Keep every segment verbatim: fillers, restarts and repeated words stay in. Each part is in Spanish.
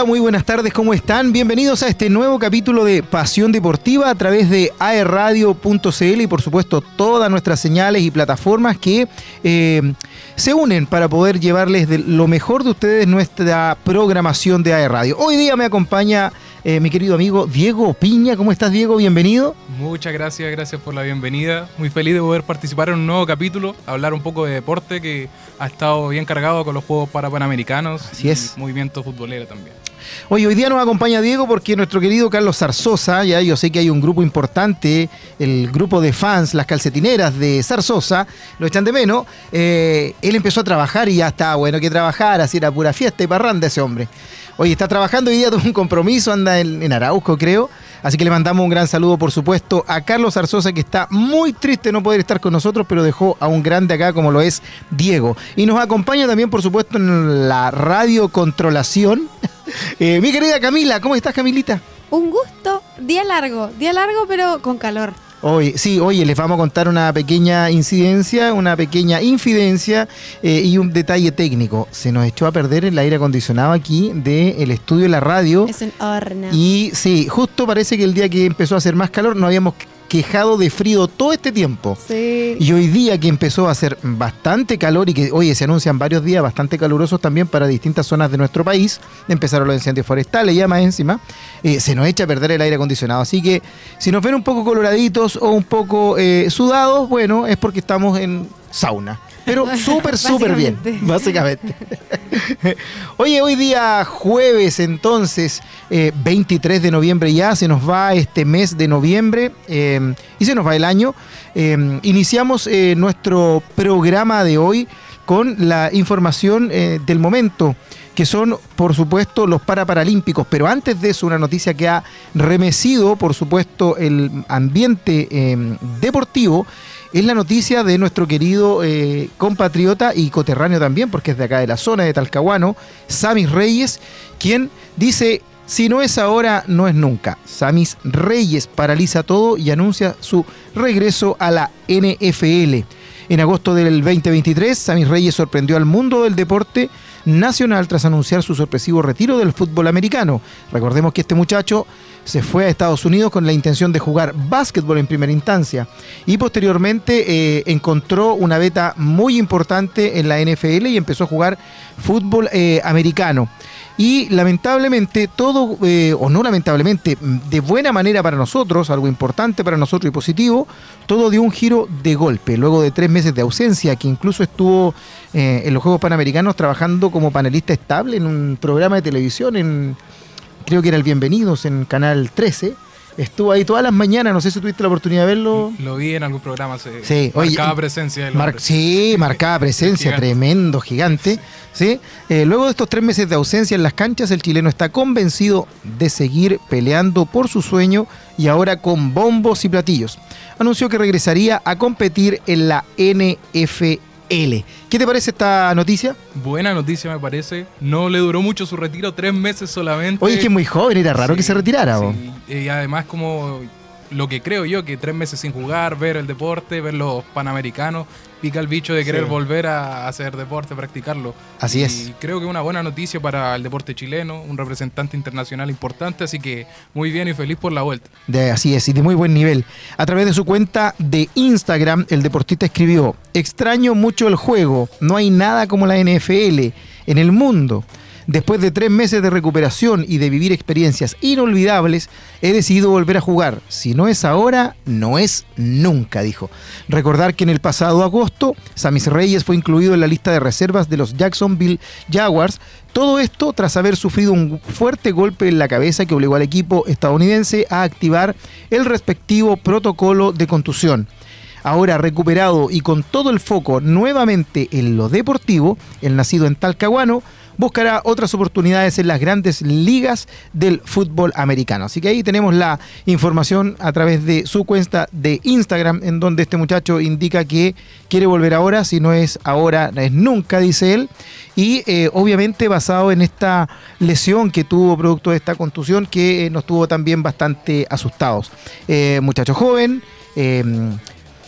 Hola, muy buenas tardes, ¿cómo están? Bienvenidos a este nuevo capítulo de Pasión Deportiva a través de a e radio punto c l y por supuesto todas nuestras señales y plataformas que eh, se unen para poder llevarles de lo mejor de ustedes nuestra programación de A E Radio. Hoy día me acompaña eh, mi querido amigo Diego Piña. ¿Cómo estás, Diego? Bienvenido. Muchas gracias, gracias por la bienvenida. Muy feliz de poder participar en un nuevo capítulo, hablar un poco de deporte que ha estado bien cargado con los Juegos Parapanamericanos. Así es. Movimiento futbolero también. Oye, hoy día nos acompaña Diego porque nuestro querido Carlos Zarzosa, ya yo sé que hay un grupo importante, el grupo de fans, las calcetineras de Zarzosa, lo echan de menos. Eh, él empezó a trabajar y ya está, bueno, que trabajar, así era pura fiesta y parranda ese hombre. Oye, está trabajando, hoy día tuvo un compromiso, anda en, en Arauco, creo. Así que le mandamos un gran saludo, por supuesto, a Carlos Zarzosa, que está muy triste de no poder estar con nosotros, pero dejó a un grande acá como lo es Diego. Y nos acompaña también, por supuesto, en la radio controlación, eh, mi querida Camila. ¿Cómo estás, Camilita? Un gusto, día largo, día largo pero con calor. Oye, sí, oye, les vamos a contar una pequeña incidencia, una pequeña infidencia eh, y un detalle técnico. Se nos echó a perder el aire acondicionado aquí del estudio de la radio. Es un horno. Y sí, justo parece que el día que empezó a hacer más calor nos habíamos quejado de frío todo este tiempo. Sí. Y hoy día que empezó a hacer bastante calor y que, oye, se anuncian varios días bastante calurosos también para distintas zonas de nuestro país, empezaron los incendios forestales ya más encima, eh, se nos echa a perder el aire acondicionado. Así que si nos ven un poco coloraditos o un poco eh, sudados, bueno, es porque estamos en sauna. Pero súper, súper bien, básicamente. Oye, hoy día jueves, entonces, eh, veintitrés de noviembre ya, se nos va este mes de noviembre eh, y se nos va el año. Eh, iniciamos eh, nuestro programa de hoy con la información eh, del momento, que son, por supuesto, los Paraparalímpicos. Pero antes de eso, una noticia que ha remecido, por supuesto, el ambiente eh, deportivo, es la noticia de nuestro querido eh, compatriota y coterráneo también, porque es de acá de la zona de Talcahuano, Samis Reyes, quien dice: si no es ahora, no es nunca. Samis Reyes paraliza todo y anuncia su regreso a la N F L. En agosto del veinte veintitrés, Samis Reyes sorprendió al mundo del deporte nacional tras anunciar su sorpresivo retiro del fútbol americano. Recordemos que este muchacho se fue a Estados Unidos con la intención de jugar básquetbol en primera instancia y posteriormente eh, encontró una beta muy importante en la N F L y empezó a jugar fútbol eh, americano. Y lamentablemente todo, eh, o no lamentablemente, de buena manera para nosotros, algo importante para nosotros y positivo, todo dio un giro de golpe. Luego de tres meses de ausencia, que incluso estuvo eh, en los Juegos Panamericanos trabajando como panelista estable en un programa de televisión, en creo que era el Bienvenidos en Canal trece. Estuvo ahí todas las mañanas, no sé si tuviste la oportunidad de verlo. Lo vi en algún programa, se sí, marcaba oye, presencia del mar, Sí, marcaba presencia, gigante. Tremendo, gigante. Sí. ¿Sí? Eh, luego de estos tres meses de ausencia en las canchas, el chileno está convencido de seguir peleando por su sueño y ahora con bombos y platillos. Anunció que regresaría a competir en la N F L. ¿Qué te parece esta noticia? Buena noticia, me parece. No le duró mucho su retiro, tres meses solamente. Oye, es que es muy joven, era raro sí, que se retirara. Sí. Y además, como lo que creo yo, que tres meses sin jugar, ver el deporte, ver los Panamericanos, pica el bicho de querer sí. volver a hacer deporte, practicarlo. Así y es. Creo que una buena noticia para el deporte chileno, un representante internacional importante, así que muy bien y feliz por la vuelta. De, así es, y de muy buen nivel. A través de su cuenta de Instagram, el deportista escribió: extraño mucho el juego, no hay nada como la N F L en el mundo. Después de tres meses de recuperación y de vivir experiencias inolvidables, he decidido volver a jugar. Si no es ahora, no es nunca, dijo. Recordar que en el pasado agosto, Samis Reyes fue incluido en la lista de reservas de los Jacksonville Jaguars. Todo esto tras haber sufrido un fuerte golpe en la cabeza que obligó al equipo estadounidense a activar el respectivo protocolo de contusión. Ahora recuperado y con todo el foco nuevamente en lo deportivo, el nacido en Talcahuano buscará otras oportunidades en las grandes ligas del fútbol americano. Así que ahí tenemos la información a través de su cuenta de Instagram, en donde este muchacho indica que quiere volver ahora, si no es ahora, es nunca, dice él, y eh, obviamente basado en esta lesión que tuvo producto de esta contusión que eh, nos tuvo también bastante asustados. Eh, muchacho joven, eh,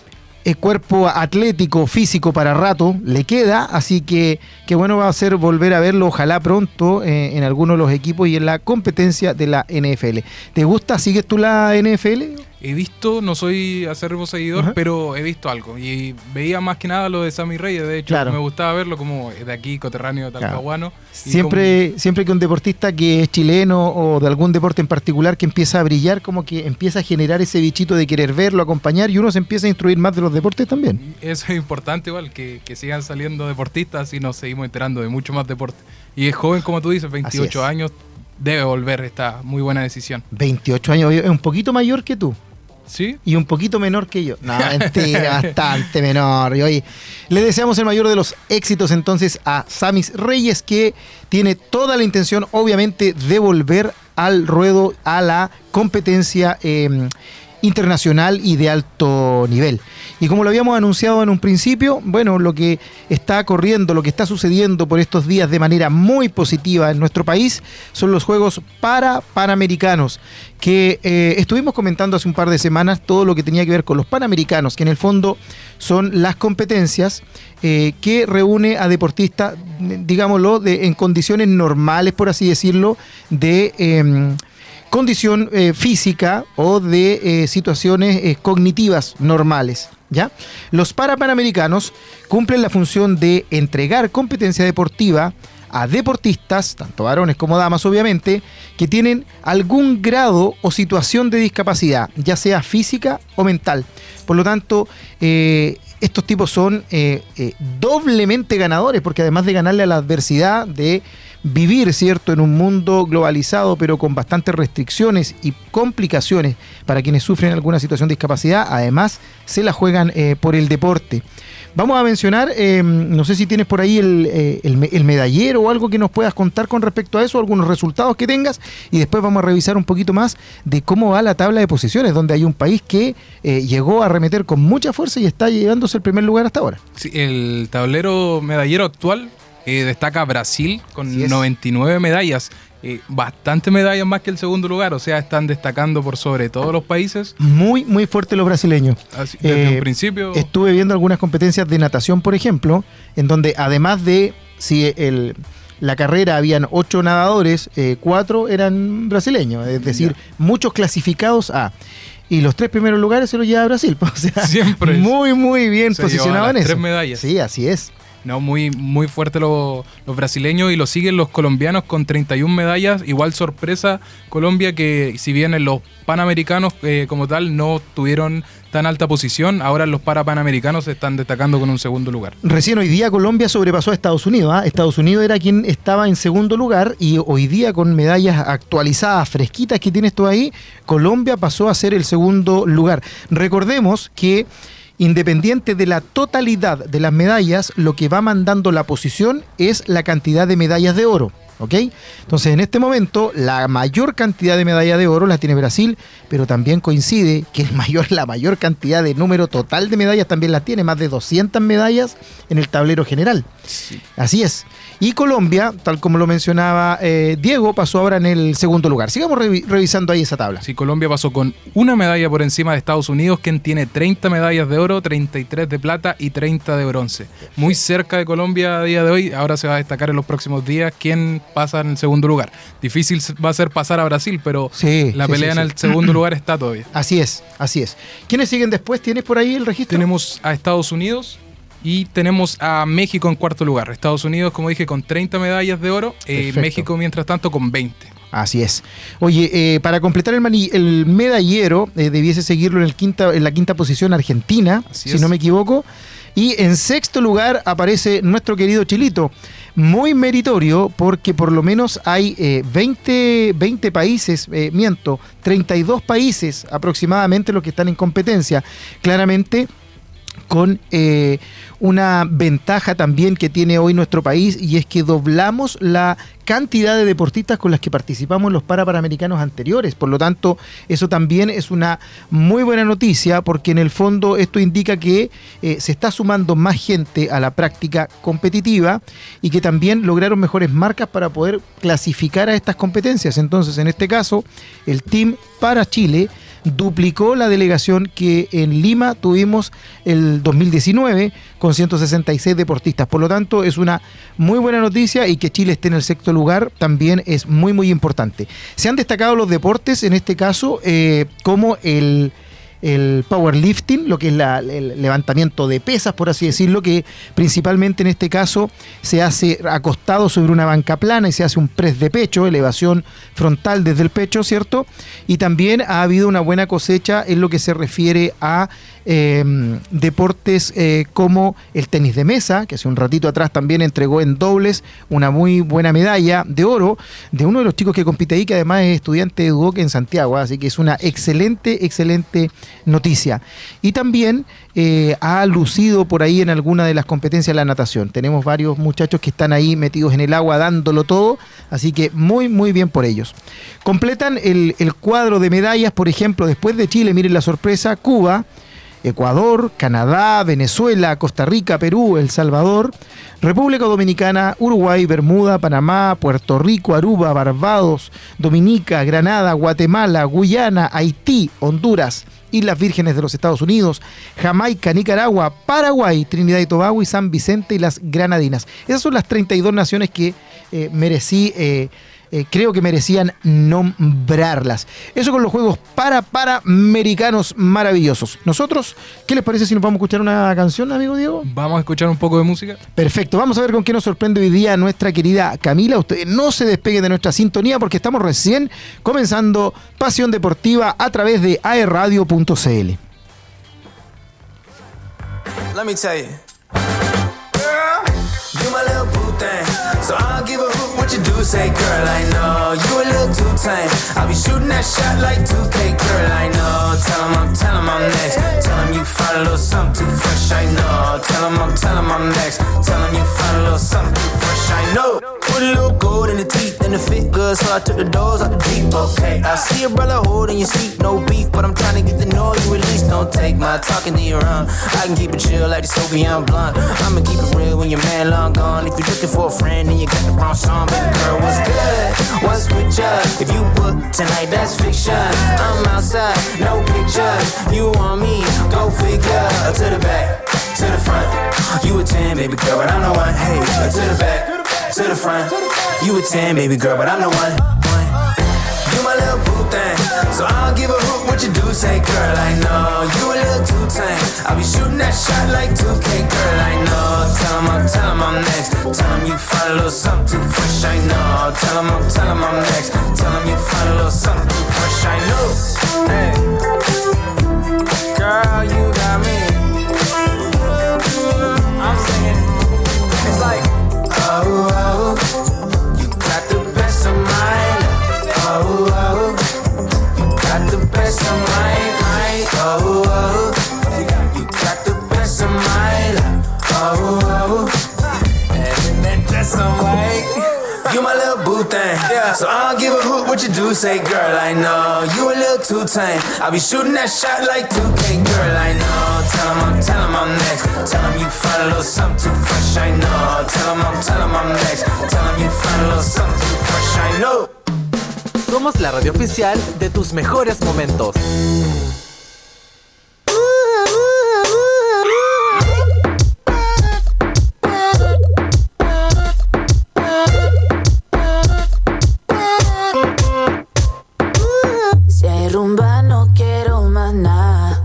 eh, cuerpo atlético, físico para rato, le queda, así que qué bueno va a ser volver a verlo, ojalá pronto, eh, en algunos de los equipos y en la competencia de la N F L. ¿Te gusta? ¿Sigues tú la N F L? He visto, no soy acérrimo seguidor, Ajá. pero he visto algo. Y veía más que nada lo de Sammy Reyes. De hecho, Claro. me gustaba verlo como de aquí, coterráneo talcahuano. Y Siempre, siempre que un deportista que es chileno o de algún deporte en particular que empieza a brillar, como que empieza a generar ese bichito de querer verlo, acompañar, y uno se empieza a instruir más de los deportes también. como- Eso es importante igual, que, que sigan saliendo deportistas y nos seguimos enterando de mucho más deporte. Y es joven, como tú dices, veintiocho es. años, debe volver esta muy buena decisión. veintiocho años, es un poquito mayor que tú. ¿Sí? Y un poquito menor que yo. No, mentira, bastante menor. Y oye, le deseamos el mayor de los éxitos entonces a Sammy Reyes, que tiene toda la intención, obviamente, de volver al ruedo, a la competencia eh, internacional y de alto nivel. Y como lo habíamos anunciado en un principio, bueno, lo que está corriendo, lo que está sucediendo por estos días de manera muy positiva en nuestro país son los Juegos para Panamericanos, que eh, estuvimos comentando hace un par de semanas todo lo que tenía que ver con los Panamericanos, que en el fondo son las competencias eh, que reúne a deportistas, digámoslo, de, en condiciones normales, por así decirlo, de... Eh, condición eh, física o de eh, situaciones eh, cognitivas normales, ¿ya? Los parapanamericanos cumplen la función de entregar competencia deportiva a deportistas, tanto varones como damas obviamente, que tienen algún grado o situación de discapacidad, ya sea física o mental. Por lo tanto, eh, estos tipos son eh, eh, doblemente ganadores, porque además de ganarle a la adversidad de vivir, ¿cierto?, en un mundo globalizado, pero con bastantes restricciones y complicaciones para quienes sufren alguna situación de discapacidad, además se la juegan eh, por el deporte. Vamos a mencionar, eh, no sé si tienes por ahí el, eh, el, el medallero o algo que nos puedas contar con respecto a eso, algunos resultados que tengas, y después vamos a revisar un poquito más de cómo va la tabla de posiciones, donde hay un país que eh, llegó a arremeter con mucha fuerza y está llevándose el primer lugar hasta ahora. Sí, el tablero medallero actual eh, destaca Brasil con Así es. noventa y nueve medallas. Eh, bastante medallas más que el segundo lugar, o sea, están destacando por sobre todos los países. Muy, muy fuerte los brasileños. Así, desde Eh, un principio. Estuve viendo algunas competencias de natación, por ejemplo, en donde además de si el, la carrera habían ocho nadadores, eh, cuatro eran brasileños, es decir, Ya. muchos clasificados a. Y los tres primeros lugares se los lleva Brasil. O sea, Siempre. muy, muy bien Se llevaba posicionado en las eso. tres medallas. Sí, así es. No, muy, muy fuerte lo- los brasileños, y lo siguen los colombianos con treinta y una medallas. Igual sorpresa Colombia, que si bien en los panamericanos eh, como tal no tuvieron tan alta posición, ahora en los parapanamericanos se están destacando con un segundo lugar. Recién hoy día Colombia sobrepasó a Estados Unidos. ¿ah? Estados Unidos era quien estaba en segundo lugar, y hoy día con medallas actualizadas, fresquitas que tienes tú ahí, Colombia pasó a ser el segundo lugar. Recordemos que independiente de la totalidad de las medallas, lo que va mandando la posición es la cantidad de medallas de oro. ¿Ok? Entonces, en este momento, la mayor cantidad de medallas de oro la tiene Brasil, pero también coincide que el mayor, la mayor cantidad de número total de medallas también la tiene, más de doscientas medallas en el tablero general. Sí. Así es. Y Colombia, tal como lo mencionaba eh, Diego, pasó ahora en el segundo lugar. Sigamos revi- revisando ahí esa tabla. Sí, Colombia pasó con una medalla por encima de Estados Unidos, quien tiene treinta medallas de oro, treinta y tres de plata y treinta de bronce. Muy cerca de Colombia a día de hoy. Ahora se va a destacar en los próximos días quién pasa en el segundo lugar. Difícil va a ser pasar a Brasil, pero Sí, la sí, pelea sí, en sí. el segundo lugar está todavía. Así es, así es. ¿Quiénes siguen después? ¿Tienes por ahí el registro? Tenemos a Estados Unidos y tenemos a México en cuarto lugar. Estados Unidos, como dije, con treinta medallas de oro. Eh, Perfecto. México, mientras tanto, con veinte. Así es. Oye, eh, para completar el, mani- el medallero, eh, debiese seguirlo en, el quinta, en la quinta posición Argentina, Así si es. no me equivoco. Y en sexto lugar aparece nuestro querido Chilito. Muy meritorio, porque por lo menos hay eh, veinte, veinte países, eh, miento, treinta y dos países aproximadamente los que están en competencia. Claramente con eh, una ventaja también que tiene hoy nuestro país, y es que doblamos la cantidad de deportistas con las que participamos en los Parapanamericanos anteriores. Por lo tanto, eso también es una muy buena noticia, porque en el fondo esto indica que eh, se está sumando más gente a la práctica competitiva, y que también lograron mejores marcas para poder clasificar a estas competencias. Entonces, en este caso, el Team para Chile duplicó la delegación que en Lima tuvimos el dos mil diecinueve con ciento sesenta y seis deportistas. Por lo tanto, es una muy buena noticia, y que Chile esté en el sexto lugar también es muy muy importante. Se han destacado los deportes, en este caso, eh, como el... el powerlifting, lo que es la, el levantamiento de pesas, por así decirlo, que principalmente en este caso se hace acostado sobre una banca plana y se hace un press de pecho, elevación frontal desde el pecho, ¿cierto? Y también ha habido una buena cosecha en lo que se refiere a eh, deportes eh, como el tenis de mesa, que hace un ratito atrás también entregó en dobles una muy buena medalla de oro de uno de los chicos que compite ahí, que además es estudiante de Duoc en Santiago, así que es una excelente, excelente noticia. Y también eh, ha lucido por ahí en alguna de las competencias de la natación. Tenemos varios muchachos que están ahí metidos en el agua dándolo todo, así que muy muy bien por ellos. Completan el, el cuadro de medallas, por ejemplo, después de Chile, miren la sorpresa, Cuba, Ecuador, Canadá, Venezuela, Costa Rica, Perú, El Salvador, República Dominicana, Uruguay, Bermuda, Panamá, Puerto Rico, Aruba, Barbados, Dominica, Granada, Guatemala, Guyana, Haití, Honduras, Islas Vírgenes de los Estados Unidos, Jamaica, Nicaragua, Paraguay, Trinidad y Tobago y San Vicente y las Granadinas. Esas son las treinta y dos naciones que eh, merecí... Eh, Eh, creo que merecían nombrarlas. Eso con los Juegos para Panamericanos maravillosos. Nosotros, ¿qué les parece si nos vamos a escuchar una canción, amigo Diego? Vamos a escuchar un poco de música. Perfecto, vamos a ver con qué nos sorprende hoy día nuestra querida Camila. Ustedes no se despeguen de nuestra sintonía porque estamos recién comenzando Pasión Deportiva a través de a e radio punto c l. Let me tell you. You my little boo thing, so I don't give a hoot what you do. Say, girl, I know you a little too tame. I'll be shooting that shot like two K, girl, I know. Tell him I'm, tell him I'm next. Tell him you find a little something too fresh, I know. Tell him I'm, tell him I'm next. Tell him you find a little something too fresh, I know. Put a little gold in the teeth and the fit good, so I took the doors out the deep, okay. I see your brother holding your seat, no beef, but I'm trying to get to know you at least. Don't take my talking to your own. I can keep it chill like the Soviet blunt. I'ma keep it real when your man long gone. If you're looking for a friend and you got the wrong song, baby girl, what's good? What's with ya? If you book tonight, that's fiction. I'm outside, no pictures. You want me? Go figure. To the back, to the front. You a ten, baby girl, but I'm the one. Hey, to the back, to the front. You a ten, baby girl, but I'm the one. one. You my little boo thing, so I don't give a hoot what you do. Say, girl, I know you a little too tame. I'll be shooting that shot like two K, girl, I know. Tell him I'm, tell him I'm next. Tell him you find a little something too fresh, I know. Tell him I'm, tell him I'm next. Tell him you find a little something too fresh, I know. Hey, girl, you got me. I'm singing. It's like, oh, oh, you got the best of mine. Oh, oh, you got the best of mine. Oh, oh, you got the best of mine. Oh, oh, and then that's some white. You my little boo thing, yeah. So I don't give a hoot what you do. Say, girl, I know you a little too tame. I'll be shooting that shot like two K, girl, I know. Tell him I'm, tell him I'm next. Tell him you find a little something too fresh, I know. Tell him I'm, tell him I'm next. Tell him you find a little something too fresh, I know. Somos la radio oficial de tus mejores momentos. Si hay rumba no quiero más nada.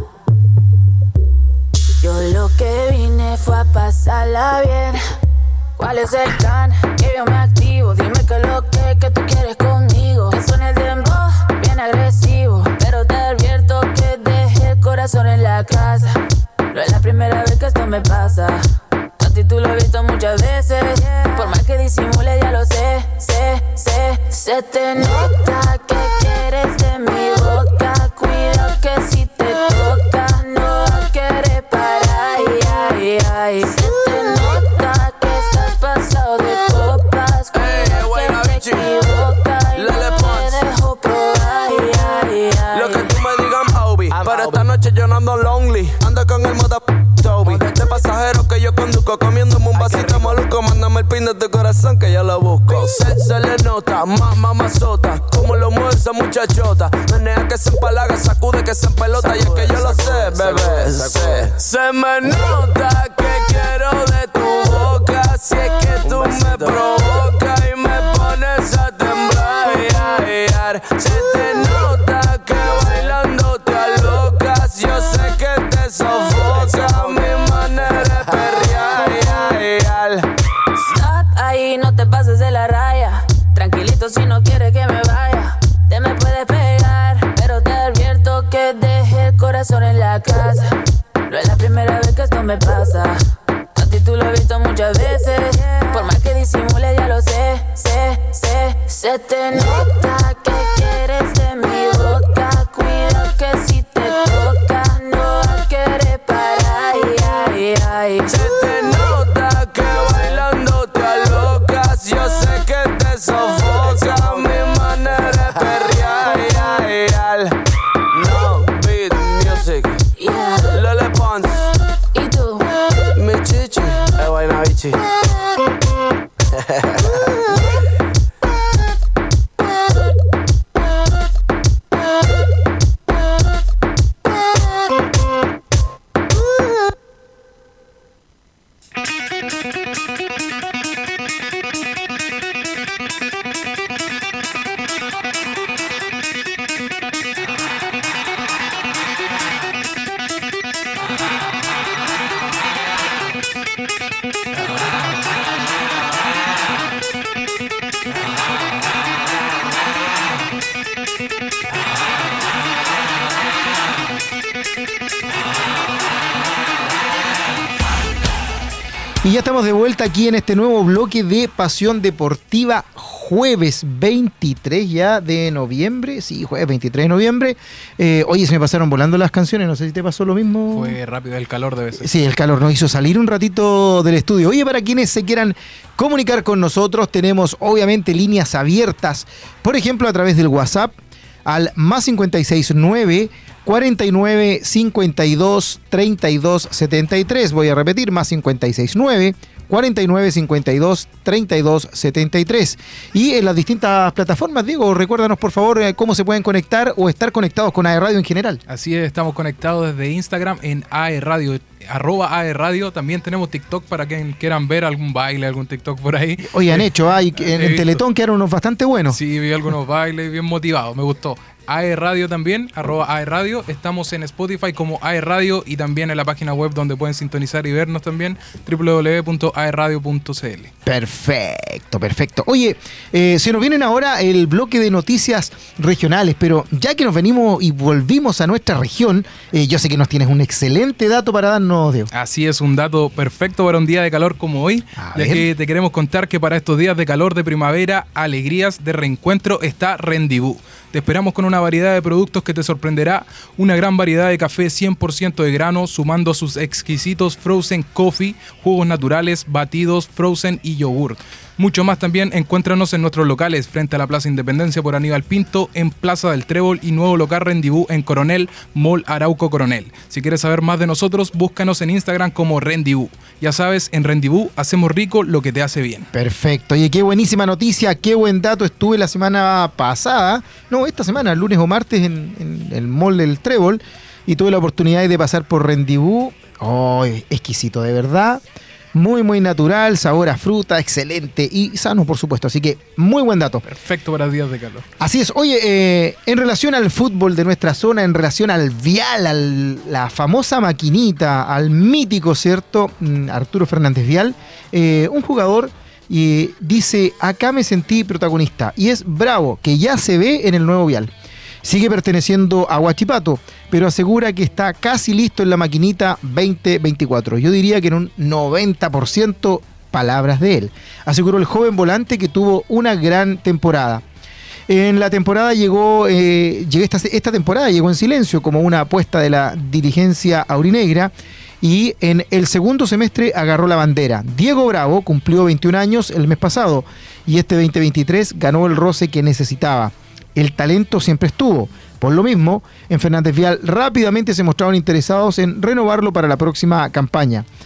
Yo lo que vine fue a pasarla bien. ¿Cuál es el plan? Que yo me activo. Dime que lo que, que tú quieres conmigo. Que suene el dembow, bien agresivo. Pero te advierto que dejé el corazón en la casa. No es la primera vez que esto me pasa. A ti tú lo has visto muchas veces. Por más que disimule ya lo sé, sé, sé. Se te nota que quieres de mi boca. Cuidado que si te toca no va a querer parar. Ay, ay, ay. Se te nota que estás pasado de copas. Cuidado que te equivocas y no te dejo probar. Ay, ay, ay. Lo que tú me digas, Obi. Pero esta noche yo no ando lonely. Ando con el modo Toby. De pasajero que yo conduzco. truco. Comiéndome un vasito maluco. Mándame el pin de tu corazón que yo lo busco. Se, se le nota, más mamazota. Como lo mueve esa muchachota. Menea que se empalaga, sacude que se empelota. Y es que yo lo sé, bebé, sé. Se me nota que quiero de tu boca. Si es que tú me provocas y me pones a temblar. Se te nota que bailando te alocas. Yo sé que te sofoca mi manera de perrear. Stop ahí, no te pases de la raya. Tranquilito si no quieres que me vaya. Te me puedes pegar, pero te advierto que dejé el corazón en la casa. No es la primera vez que esto me pasa. A ti tú lo has visto muchas veces. Por más que disimule ya lo sé, sé, sé. Se te nota que quieres de mi boca. Cuida que si te toca no va a querer parar. Ay, ay. Se te nota que bailando te alocas. Yo sé que te sofoca mi manera de perrear. No beat music. Yeah. Lele Pons. ¿Y tú? Mi chichi. Es vaina bichi. Y ya estamos de vuelta aquí en este nuevo bloque de Pasión Deportiva, jueves veintitrés ya de noviembre. Sí, jueves veintitrés de noviembre. Eh, oye, se me pasaron volando las canciones, no sé si te pasó lo mismo. Fue rápido, el calor debe ser. Sí, el calor nos hizo salir un ratito del estudio. Oye, para quienes se quieran comunicar con nosotros, tenemos obviamente líneas abiertas, por ejemplo, a través del WhatsApp, al más cincuenta y seis nueve, cuarenta y nueve, cincuenta y dos, treinta y dos, setenta y tres. Voy a repetir, más cincuenta y seis nueve, cuarenta y nueve, cincuenta y dos, treinta y dos, setenta y tres. Y en las distintas plataformas, Diego, recuérdanos por favor cómo se pueden conectar o estar conectados con A E Radio en general. Así es, estamos conectados desde Instagram en A E Radio, arroba A E Radio. También tenemos TikTok para quien quieran ver algún baile, algún TikTok por ahí. Oye, han hecho, hay, en el Teletón quedaron unos bastante buenos. Sí, vi algunos bailes bien motivados, me gustó. A E Radio también, arroba A E Radio. Estamos en Spotify como A E Radio y también en la página web donde pueden sintonizar y vernos también, doble u doble u doble u punto a e radio punto c l. Perfecto, perfecto. Oye, eh, se nos vienen ahora el bloque de noticias regionales, pero ya que nos venimos y volvimos a nuestra región, eh, yo sé que nos tienes un excelente dato para darnos, Diego. Así es, un dato perfecto para un día de calor como hoy, A ya ver. que te queremos contar que para estos días de calor de primavera, alegrías de reencuentro, está Rendibú. Te esperamos con una variedad de productos que te sorprenderá, una gran variedad de café cien por ciento de grano, sumando sus exquisitos frozen coffee, jugos naturales, batidos, frozen y yogur. Mucho más también, encuéntranos en nuestros locales frente a la Plaza Independencia por Aníbal Pinto, en Plaza del Trébol y nuevo local Rendibú en Coronel, Mall Arauco Coronel. Si quieres saber más de nosotros, búscanos en Instagram como Rendibú. Ya sabes, en Rendibú hacemos rico lo que te hace bien. Perfecto. Oye, qué buenísima noticia, qué buen dato. Estuve la semana pasada, no, esta semana, el lunes o martes, en, en el Mall del Trébol y tuve la oportunidad de pasar por Rendibú. Oh, exquisito, de verdad. Muy, muy natural, sabor a fruta, excelente y sano, por supuesto. Así que muy buen dato. Perfecto para días de calor. Así es. Oye, eh, en relación al fútbol de nuestra zona, en relación al Vial, a la famosa maquinita, al mítico, ¿cierto? Arturo Fernández Vial, eh, un jugador eh, dice, acá me sentí protagonista. Y es Bravo, que ya se ve en el nuevo Vial. Sigue perteneciendo a Huachipato, pero asegura que está casi listo en la maquinita veinte veinticuatro. Yo diría que en un noventa por ciento, palabras de él. Aseguró el joven volante que tuvo una gran temporada. En la temporada llegó, eh, llegué esta, esta temporada llegó en silencio como una apuesta de la dirigencia aurinegra y en el segundo semestre agarró la bandera. Diego Bravo cumplió veintiún años el mes pasado y este veinte veintitrés ganó el roce que necesitaba. El talento siempre estuvo. Por lo mismo, en Fernández Vial rápidamente se mostraron interesados en renovarlo para la próxima campaña.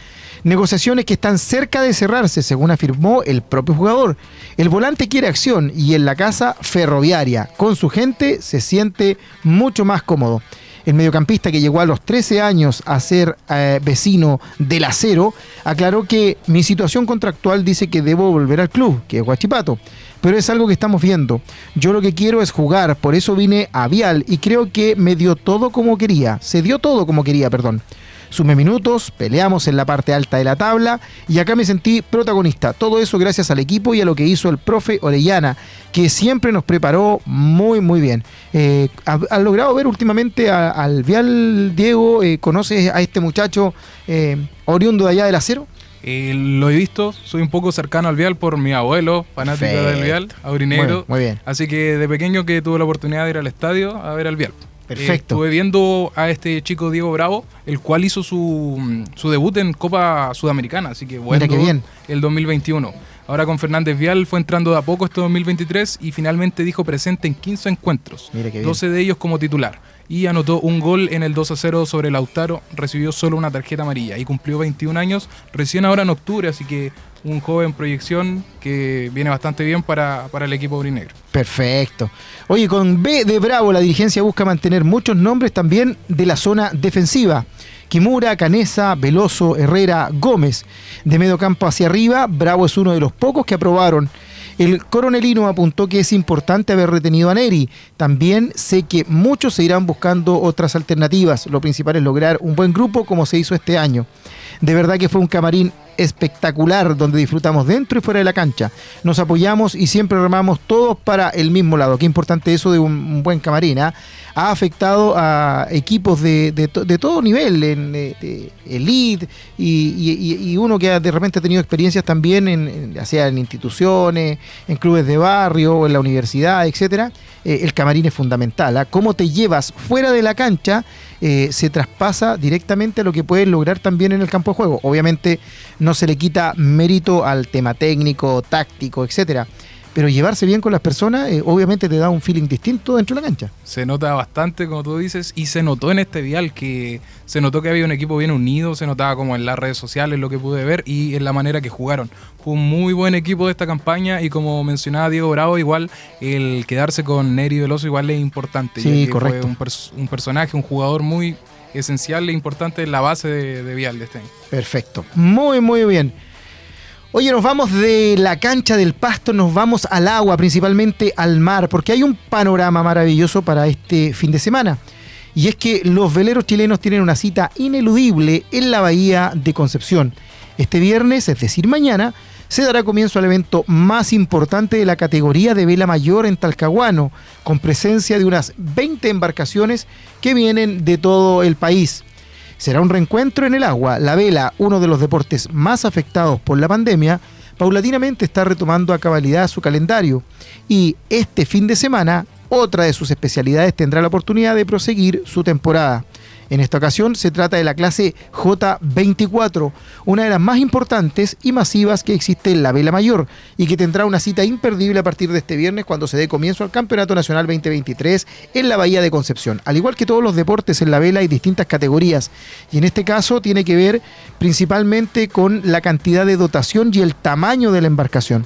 Negociaciones que están cerca de cerrarse, según afirmó el propio jugador. El volante quiere acción y en la casa Ferroviaria, con su gente, se siente mucho más cómodo. El mediocampista, que llegó a los trece años a ser eh, vecino del Acero, aclaró que mi situación contractual dice que debo volver al club, que es Huachipato, pero es algo que estamos viendo. Yo lo que quiero es jugar, por eso vine a Vial y creo que me dio todo como quería, se dio todo como quería, perdón. Sumé minutos, peleamos en la parte alta de la tabla y acá me sentí protagonista. Todo eso gracias al equipo y a lo que hizo el profe Orellana, que siempre nos preparó muy, muy bien. Eh, ¿Has ha logrado ver últimamente a, al Vial, Diego? Eh, ¿Conoces a este muchacho eh, oriundo de allá del Acero? Eh, lo he visto, soy un poco cercano al Vial por mi abuelo, fanático Perfecto. del Vial, aurinegro. Muy, muy bien. Así que de pequeño que tuve la oportunidad de ir al estadio a ver al Vial. Perfecto. Eh, estuve viendo a este chico Diego Bravo, el cual hizo su, su debut en Copa Sudamericana, así que bueno, Mira qué bien. El dos mil veintiuno. Ahora con Fernández Vial fue entrando de a poco este dos mil veintitrés y finalmente dijo presente en quince encuentros, Mira qué bien. doce de ellos como titular. Y anotó un gol en el dos a cero sobre Lautaro, recibió solo una tarjeta amarilla y cumplió veintiún años recién ahora en octubre, así que un joven proyección que viene bastante bien para, para el equipo aurinegro. Perfecto. Oye, con B de Bravo la dirigencia busca mantener muchos nombres también de la zona defensiva. Kimura, Canesa, Veloso, Herrera, Gómez. De medio campo hacia arriba, Bravo es uno de los pocos que aprobaron. El coronelino apuntó que es importante haber retenido a Neri. También sé que muchos se irán buscando otras alternativas. Lo principal es lograr un buen grupo como se hizo este año. De verdad que fue un camarín espectacular donde disfrutamos dentro y fuera de la cancha. Nos apoyamos y siempre remamos todos para el mismo lado. Qué importante eso de un, un buen camarín, ¿eh? Ha afectado a equipos de, de, to, de todo nivel, en de, de elite y, y, y uno que de repente ha tenido experiencias también, en, en, ya sea en instituciones, en clubes de barrio o en la universidad, etcétera. Eh, el camarín es fundamental, ¿eh? Cómo te llevas fuera de la cancha eh, se traspasa directamente a lo que puedes lograr también en el campo de juego. Obviamente no se le quita mérito al tema técnico, táctico, etcétera. Pero llevarse bien con las personas, eh, obviamente te da un feeling distinto dentro de la cancha. Se nota bastante, como tú dices, y se notó en este Vial que se notó que había un equipo bien unido, se notaba como en las redes sociales lo que pude ver y en la manera que jugaron. Fue un muy buen equipo de esta campaña y como mencionaba Diego Bravo, igual el quedarse con Neri Veloso igual es importante. Sí, ya que correcto. Fue un, pers- un personaje, un jugador muy esencial e importante en la base de, de Vial de este año. Perfecto. Muy, muy bien. Oye, nos vamos de la cancha del Pasto, nos vamos al agua, principalmente al mar, porque hay un panorama maravilloso para este fin de semana. Y es que los veleros chilenos tienen una cita ineludible en la bahía de Concepción. Este viernes, es decir, mañana, se dará comienzo al evento más importante de la categoría de vela mayor en Talcahuano, con presencia de unas veinte embarcaciones que vienen de todo el país. Será un reencuentro en el agua. La vela, uno de los deportes más afectados por la pandemia, paulatinamente está retomando a cabalidad su calendario. Y este fin de semana, otra de sus especialidades tendrá la oportunidad de proseguir su temporada. En esta ocasión se trata de la clase J veinticuatro, una de las más importantes y masivas que existe en la vela mayor y que tendrá una cita imperdible a partir de este viernes cuando se dé comienzo al Campeonato Nacional veinte veintitrés en la Bahía de Concepción. Al igual que todos los deportes en la vela hay distintas categorías y en este caso tiene que ver principalmente con la cantidad de dotación y el tamaño de la embarcación.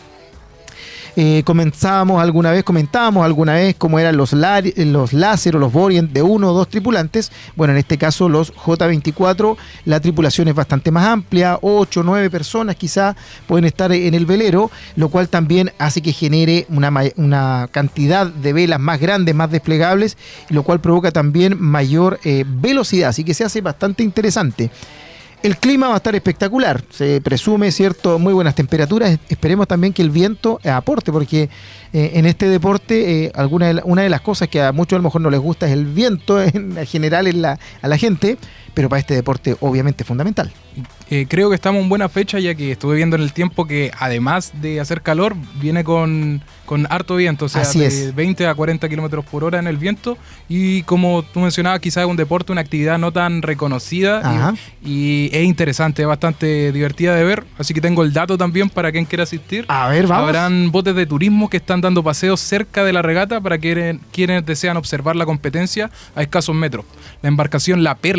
Eh, comenzábamos alguna vez, comentábamos alguna vez cómo eran los, la, los láser o los Borient de uno o dos tripulantes. Bueno, en este caso los J veinticuatro, la tripulación es bastante más amplia, ocho o nueve personas quizás pueden estar en el velero, lo cual también hace que genere una, una cantidad de velas más grandes, más desplegables, lo cual provoca también mayor eh, velocidad, así que se hace bastante interesante. El clima va a estar espectacular, se presume, cierto, muy buenas temperaturas. Esperemos también que el viento eh, aporte, porque eh, en este deporte eh, alguna de la, una de las cosas que a muchos a lo mejor no les gusta es el viento en general en la, a la gente, pero para este deporte obviamente es fundamental. Eh, creo que estamos en buena fecha, ya que estuve viendo en el tiempo que además de hacer calor, viene con, con harto viento, o sea, Así de es. veinte a cuarenta kilómetros por hora en el viento. Y como tú mencionabas, quizás es un deporte, una actividad no tan reconocida y, y es interesante, es bastante divertida de ver. Así que tengo el dato también para quien quiera asistir. A ver, vamos. Habrán botes de turismo que están dando paseos cerca de la regata para quienes, quienes desean observar la competencia a escasos metros. La embarcación La Perla estará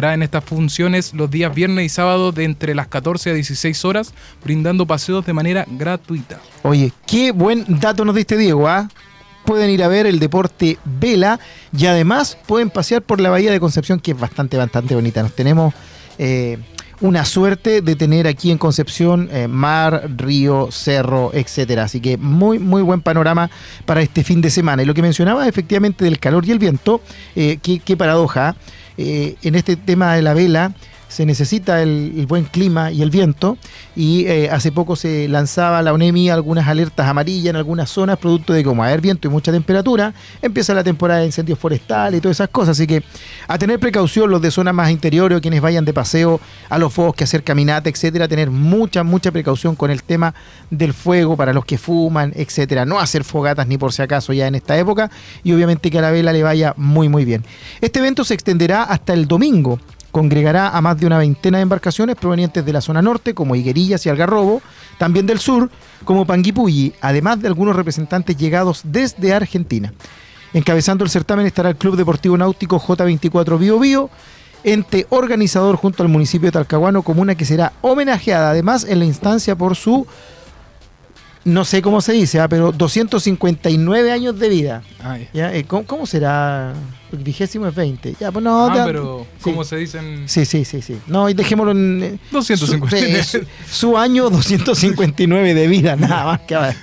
estará en estas funciones los días viernes y sábado de entre las catorce a dieciséis horas, brindando paseos de manera gratuita. Oye, qué buen dato nos diste, Diego, ¿ah? Pueden ir a ver el deporte vela y además pueden pasear por la Bahía de Concepción, que es bastante, bastante bonita. Nos tenemos eh, una suerte de tener aquí en Concepción eh, mar, río, cerro, etcétera. Así que muy, muy buen panorama para este fin de semana. Y lo que mencionaba efectivamente del calor y el viento, eh, qué, qué paradoja. Eh, en este tema de la vela se necesita el, el buen clima y el viento, y eh, hace poco se lanzaba la ONEMI algunas alertas amarillas en algunas zonas, producto de como haber viento y mucha temperatura, empieza la temporada de incendios forestales y todas esas cosas, así que a tener precaución los de zonas más interiores o quienes vayan de paseo a los bosques, hacer caminata, etcétera, tener mucha, mucha precaución con el tema del fuego para los que fuman, etcétera, no hacer fogatas ni por si acaso ya en esta época, y obviamente que a la vela le vaya muy, muy bien. Este evento se extenderá hasta el domingo. Congregará a más de una veintena de embarcaciones provenientes de la zona norte, como Higuerillas y Algarrobo, también del sur, como Panguipulli, además de algunos representantes llegados desde Argentina. Encabezando el certamen estará el Club Deportivo Náutico J veinticuatro Bío Bío, ente organizador junto al municipio de Talcahuano, comuna que será homenajeada además en la instancia por su, no sé cómo se dice, ¿eh? pero doscientos cincuenta y nueve años de vida. Ay. ¿Ya? ¿Cómo, ¿Cómo será? El vigésimo es veinte. Ya, pues no, ah, ya, pero sí. ¿cómo se dicen? Sí, sí, sí, sí. No, y dejémoslo en... doscientos cincuenta y nueve. Su, su, su año doscientos cincuenta y nueve de vida, nada más que ver.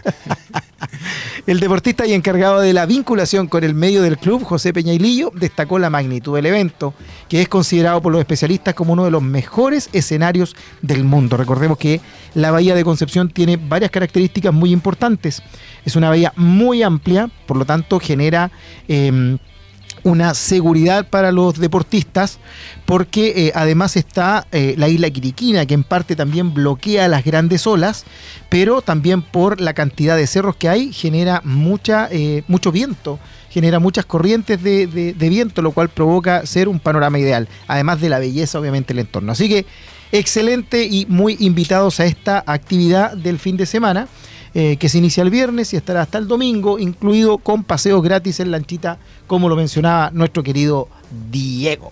El deportista y encargado de la vinculación con el medio del club, José Peñailillo, destacó la magnitud del evento, que es considerado por los especialistas como uno de los mejores escenarios del mundo. Recordemos que la Bahía de Concepción tiene varias características muy importantes. Es una bahía muy amplia, por lo tanto genera eh, una seguridad para los deportistas, porque eh, además está eh, la isla Quiriquina, que en parte también bloquea las grandes olas, pero también por la cantidad de cerros que hay genera mucha, eh, mucho viento, genera muchas corrientes de, de, de viento, lo cual provoca ser un panorama ideal, además de la belleza obviamente del entorno. Así que excelente y muy invitados a esta actividad del fin de semana, Eh, que se inicia el viernes y estará hasta el domingo, incluido con paseos gratis en lanchita, como lo mencionaba nuestro querido Diego.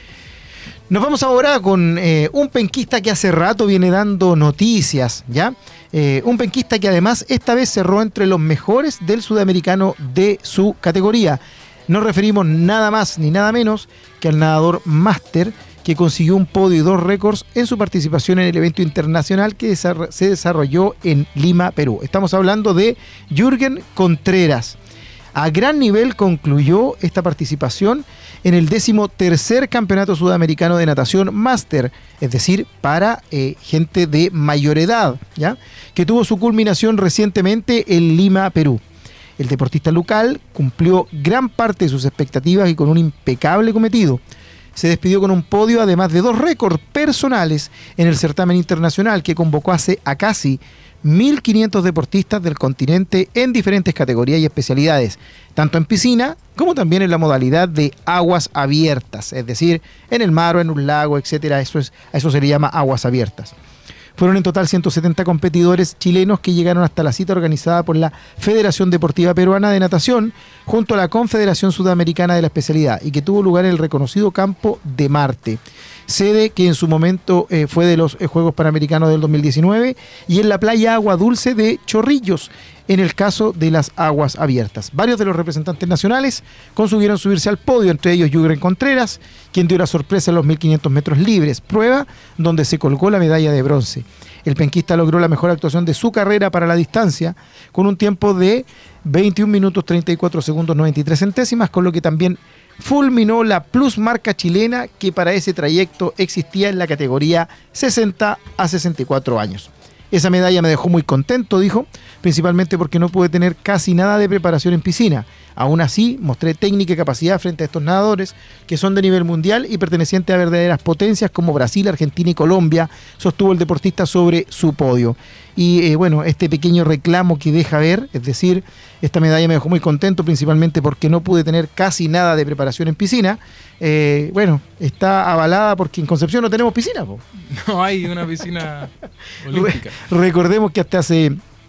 Nos vamos ahora con eh, un penquista que hace rato viene dando noticias, ¿ya? Eh, un penquista que además esta vez cerró entre los mejores del sudamericano de su categoría. Nos referimos nada más ni nada menos que al nadador máster, que consiguió un podio y dos récords en su participación en el evento internacional que se desarrolló en Lima, Perú. Estamos hablando de Jürgen Contreras. A gran nivel concluyó esta participación en el décimo tercer Campeonato Sudamericano de Natación Máster, es decir, para eh, gente de mayor edad, ¿ya? Que tuvo su culminación recientemente en Lima, Perú. El deportista local cumplió gran parte de sus expectativas y con un impecable cometido. Se despidió con un podio, además de dos récords personales en el certamen internacional que convocó a casi mil quinientos deportistas del continente en diferentes categorías y especialidades, tanto en piscina como también en la modalidad de aguas abiertas, es decir, en el mar o en un lago, etcétera. Eso es, a eso se le llama aguas abiertas. Fueron en total ciento setenta competidores chilenos que llegaron hasta la cita organizada por la Federación Deportiva Peruana de Natación junto a la Confederación Sudamericana de la especialidad, y que tuvo lugar en el reconocido Campo de Marte, sede que en su momento eh, fue de los eh, Juegos Panamericanos del dos mil diecinueve, y en la playa Agua Dulce de Chorrillos, en el caso de las aguas abiertas. Varios de los representantes nacionales consiguieron subirse al podio, entre ellos Jürgen Contreras, quien dio la sorpresa en los mil quinientos metros libres, prueba donde se colgó la medalla de bronce. El penquista logró la mejor actuación de su carrera para la distancia, con un tiempo de veintiún minutos treinta y cuatro segundos noventa y tres centésimas, con lo que también fulminó la plus marca chilena que para ese trayecto existía en la categoría sesenta a sesenta y cuatro años. Esa medalla me dejó muy contento, dijo, principalmente porque no pude tener casi nada de preparación en piscina. Aún así, mostré técnica y capacidad frente a estos nadadores que son de nivel mundial y pertenecientes a verdaderas potencias como Brasil, Argentina y Colombia, sostuvo el deportista sobre su podio. Y eh, bueno, este pequeño reclamo que deja ver, es decir, esta medalla me dejó muy contento, principalmente porque no pude tener casi nada de preparación en piscina. Eh, bueno, está avalada porque en Concepción no tenemos piscina, po. No hay una piscina olímpica. Re- recordemos que hasta hace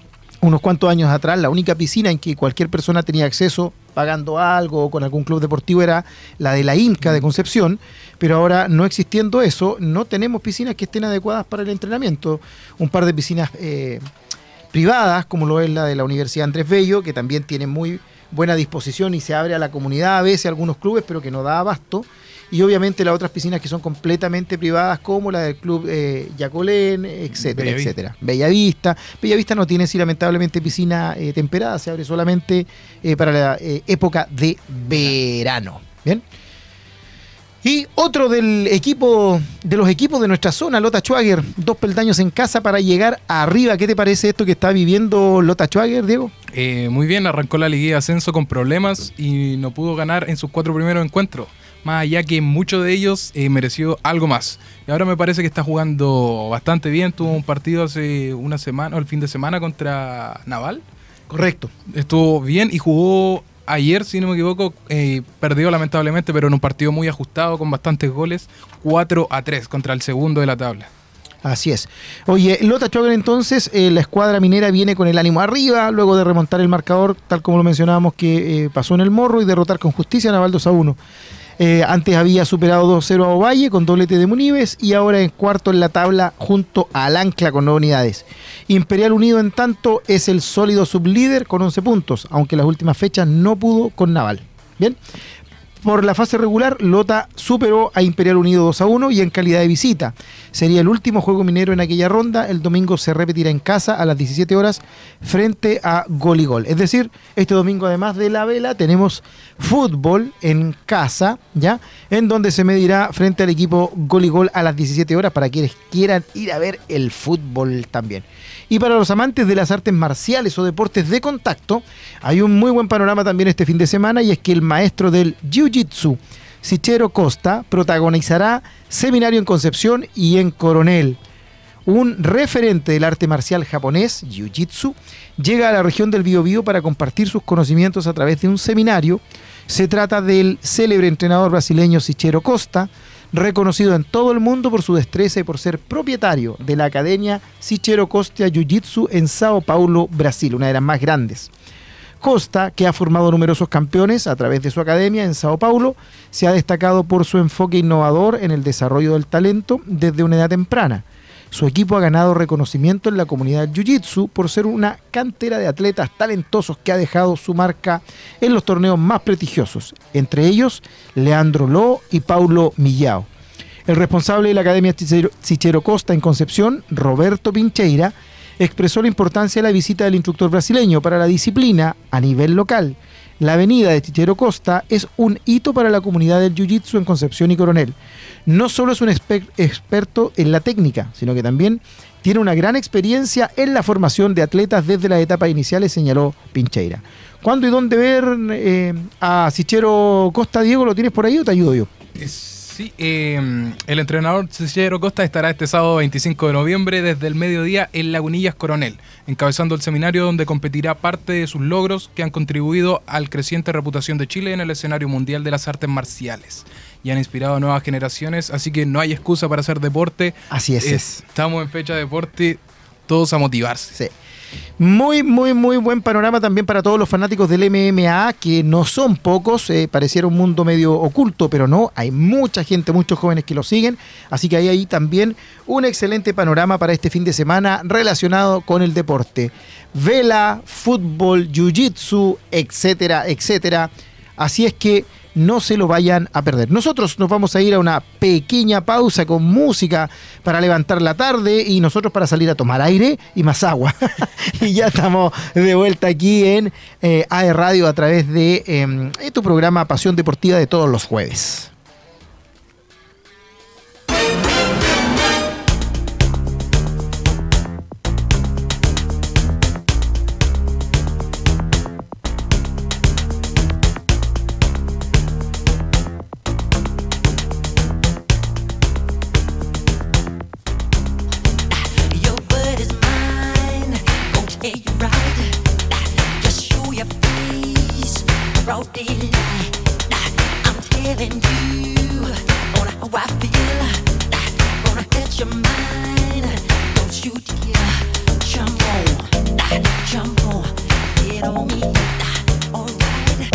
unos cuantos años atrás, la única piscina en que cualquier persona tenía acceso pagando algo o con algún club deportivo era la de la INCA de Concepción, pero ahora no existiendo eso, no tenemos piscinas que estén adecuadas para el entrenamiento. Un par de piscinas eh, privadas, como lo es la de la Universidad Andrés Bello, que también tiene muy buena disposición y se abre a la comunidad a veces, a algunos clubes, pero que no da abasto. Y obviamente las otras piscinas que son completamente privadas, como la del Club eh, Yacolén, etcétera, Bellavista. etcétera. Bellavista. Bellavista no tiene, sí, lamentablemente, piscina eh, temperada, se abre solamente eh, para la eh, época de verano. Bien. Y otro del equipo, de los equipos de nuestra zona, Lota Schwager, dos peldaños en casa para llegar arriba. ¿Qué te parece esto que está viviendo Lota Schwager, Diego? Eh, muy bien, arrancó la liguilla de ascenso con problemas y no pudo ganar en sus cuatro primeros encuentros. Más allá que muchos de ellos eh, mereció algo más. Y ahora me parece que está jugando bastante bien. Tuvo un partido hace una semana, o el fin de semana, contra Naval. Correcto. Estuvo bien y jugó ayer, si no me equivoco. Eh, perdió lamentablemente, pero en un partido muy ajustado, con bastantes goles. cuatro a tres contra el segundo de la tabla. Así es. Oye, Lota Schwager entonces, eh, la escuadra minera viene con el ánimo arriba, luego de remontar el marcador, tal como lo mencionábamos, que eh, pasó en el Morro, y derrotar con justicia a Naval dos a uno. Eh, antes había superado dos cero a Ovalle con doblete de Munives y ahora en cuarto en la tabla junto al Ancla con nueve unidades. Imperial Unido, en tanto, es el sólido sublíder con once puntos, aunque en las últimas fechas no pudo con Naval. Bien. Por la fase regular, Lota superó a Imperial Unido dos a uno y en calidad de visita. Sería el último juego minero en aquella ronda. El domingo se repetirá en casa a las diecisiete horas frente a Goligol. Es decir, este domingo, además de la vela, tenemos fútbol en casa, ¿ya? En donde se medirá frente al equipo Goligol a las diecisiete horas para quienes quieran ir a ver el fútbol también. Y para los amantes de las artes marciales o deportes de contacto, hay un muy buen panorama también este fin de semana, y es que el maestro del Jiu-Jitsu, Sichero Costa, protagonizará seminario en Concepción y en Coronel. Un referente del arte marcial japonés, Jiu-Jitsu, llega a la región del Biobío para compartir sus conocimientos a través de un seminario. Se trata del célebre entrenador brasileño Sichero Costa, reconocido en todo el mundo por su destreza y por ser propietario de la Academia Sichero Costa Jiu-Jitsu en Sao Paulo, Brasil, una de las más grandes. Costa, que ha formado numerosos campeones a través de su academia en Sao Paulo, se ha destacado por su enfoque innovador en el desarrollo del talento desde una edad temprana. Su equipo ha ganado reconocimiento en la comunidad del Jiu-Jitsu por ser una cantera de atletas talentosos que ha dejado su marca en los torneos más prestigiosos, entre ellos Leandro Ló y Paulo Millao. El responsable de la Academia Sichero Costa en Concepción, Roberto Pincheira, expresó la importancia de la visita del instructor brasileño para la disciplina a nivel local. La avenida de Sichero Costa es un hito para la comunidad del Jiu-Jitsu en Concepción y Coronel. No solo es un exper- experto en la técnica, sino que también tiene una gran experiencia en la formación de atletas desde las etapas iniciales, señaló Pincheira. ¿Cuándo y dónde ver eh, a Sichero Costa, Diego? ¿Lo tienes por ahí o te ayudo yo? Sí, eh, el entrenador Sichero Costa estará este sábado veinticinco de noviembre desde el mediodía en Lagunillas Coronel, encabezando el seminario donde competirá parte de sus logros que han contribuido al creciente reputación de Chile en el escenario mundial de las artes marciales y han inspirado a nuevas generaciones, así que no hay excusa para hacer deporte. Así es. es. Estamos en fecha de deporte, todos a motivarse. Sí. Muy, muy, muy buen panorama también para todos los fanáticos del M M A, que no son pocos, eh, pareciera un mundo medio oculto, pero no, hay mucha gente, muchos jóvenes que lo siguen, así que hay ahí también un excelente panorama para este fin de semana relacionado con el deporte. Vela, fútbol, jiu-jitsu, etcétera, etcétera. Así es que no se lo vayan a perder. Nosotros nos vamos a ir a una pequeña pausa con música para levantar la tarde y nosotros para salir a tomar aire y más agua. Y ya estamos de vuelta aquí en eh, A E Radio a través de eh, tu programa Pasión Deportiva de todos los jueves. Jump it on me. Alright.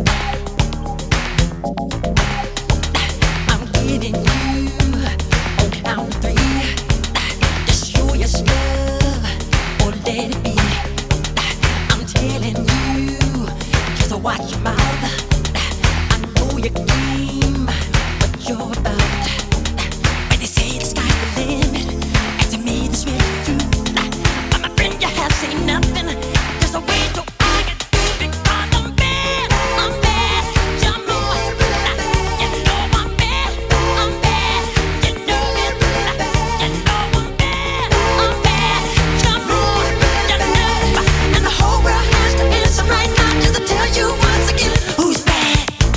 I'm giving you on count of three. Just show your stuff or let it be. I'm telling you, just watch your mouth. I know your game, what you're about. When they say the sky's the limit, and to me this really true. But my friend, you have seen nothing. There's a way to argue because I'm bad, I'm bad. You know it, you know I'm bad, I'm bad. You know it, you know I'm bad, I'm bad. You know it, you know, and the whole world has to answer right now just to tell you once again who's bad.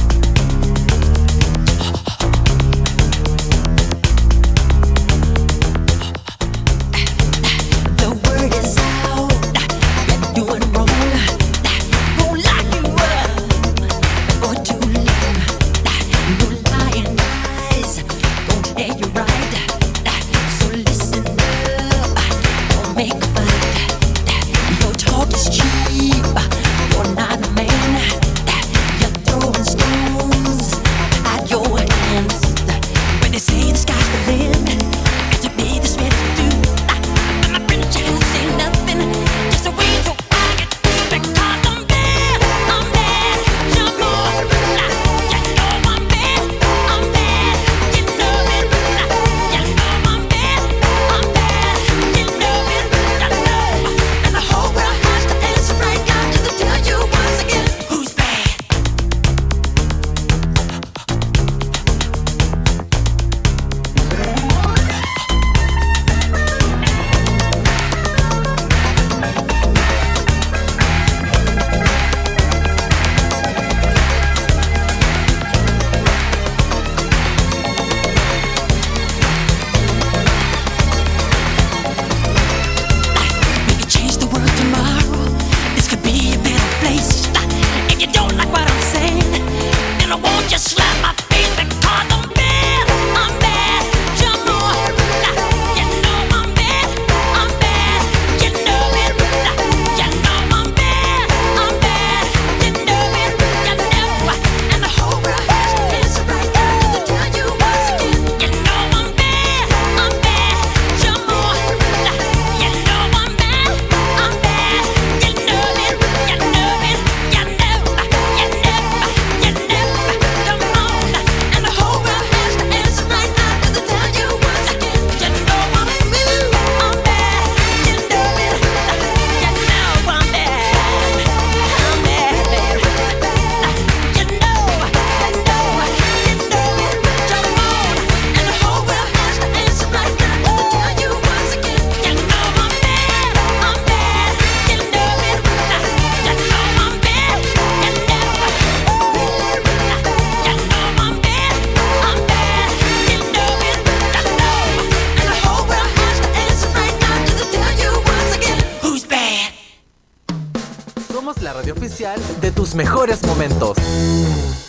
The word is out, you're doing wrong. Won't lock you up for too long. No lying eyes gon' tell you right. So listen up, don't make a fight. Your talk is cheap, you're not a man. You're throwing stones at your hands. When they say the sky's the limit, and to me this really do. My friend can't say nothing, just a way to argue because I'm bad, I'm bad. You know it, you know I'm bad, I'm bad. You know it, you know I'm bad, I'm bad. You know it, you know, and the whole world has to answer right now just to tell you once again who's bad. We could change the world tomorrow. This could be a better place. If you don't like what I'm saying, then I won't just slap my face because I'm bad. I'm bad. You know it. You know I'm bad. I'm bad. You know it. You know I'm bad. I'm bad. You know it. You know, and the whole world has to answer right now just to tell you once again. You know I'm bad. I'm bad. You know it. You know I'm bad. I'm bad. You know it. You know it. You know. You know. You know. Come on, and the whole world has to answer right now just to tell you once again. You know I'm smooth. I'm bad. You know it. You know I'm bad. I'm bad, baby. You know. You know. You know it. Come on, and the whole world has to answer right now just to tell you once again. You know I'm bad. I'm bad. You know it. You know I'm bad. You know. You know I'm bad. I'm bad. You know it. You know, and the whole world has to answer right now just to tell you once again who's bad. Somos la radio oficial de tus mejores momentos.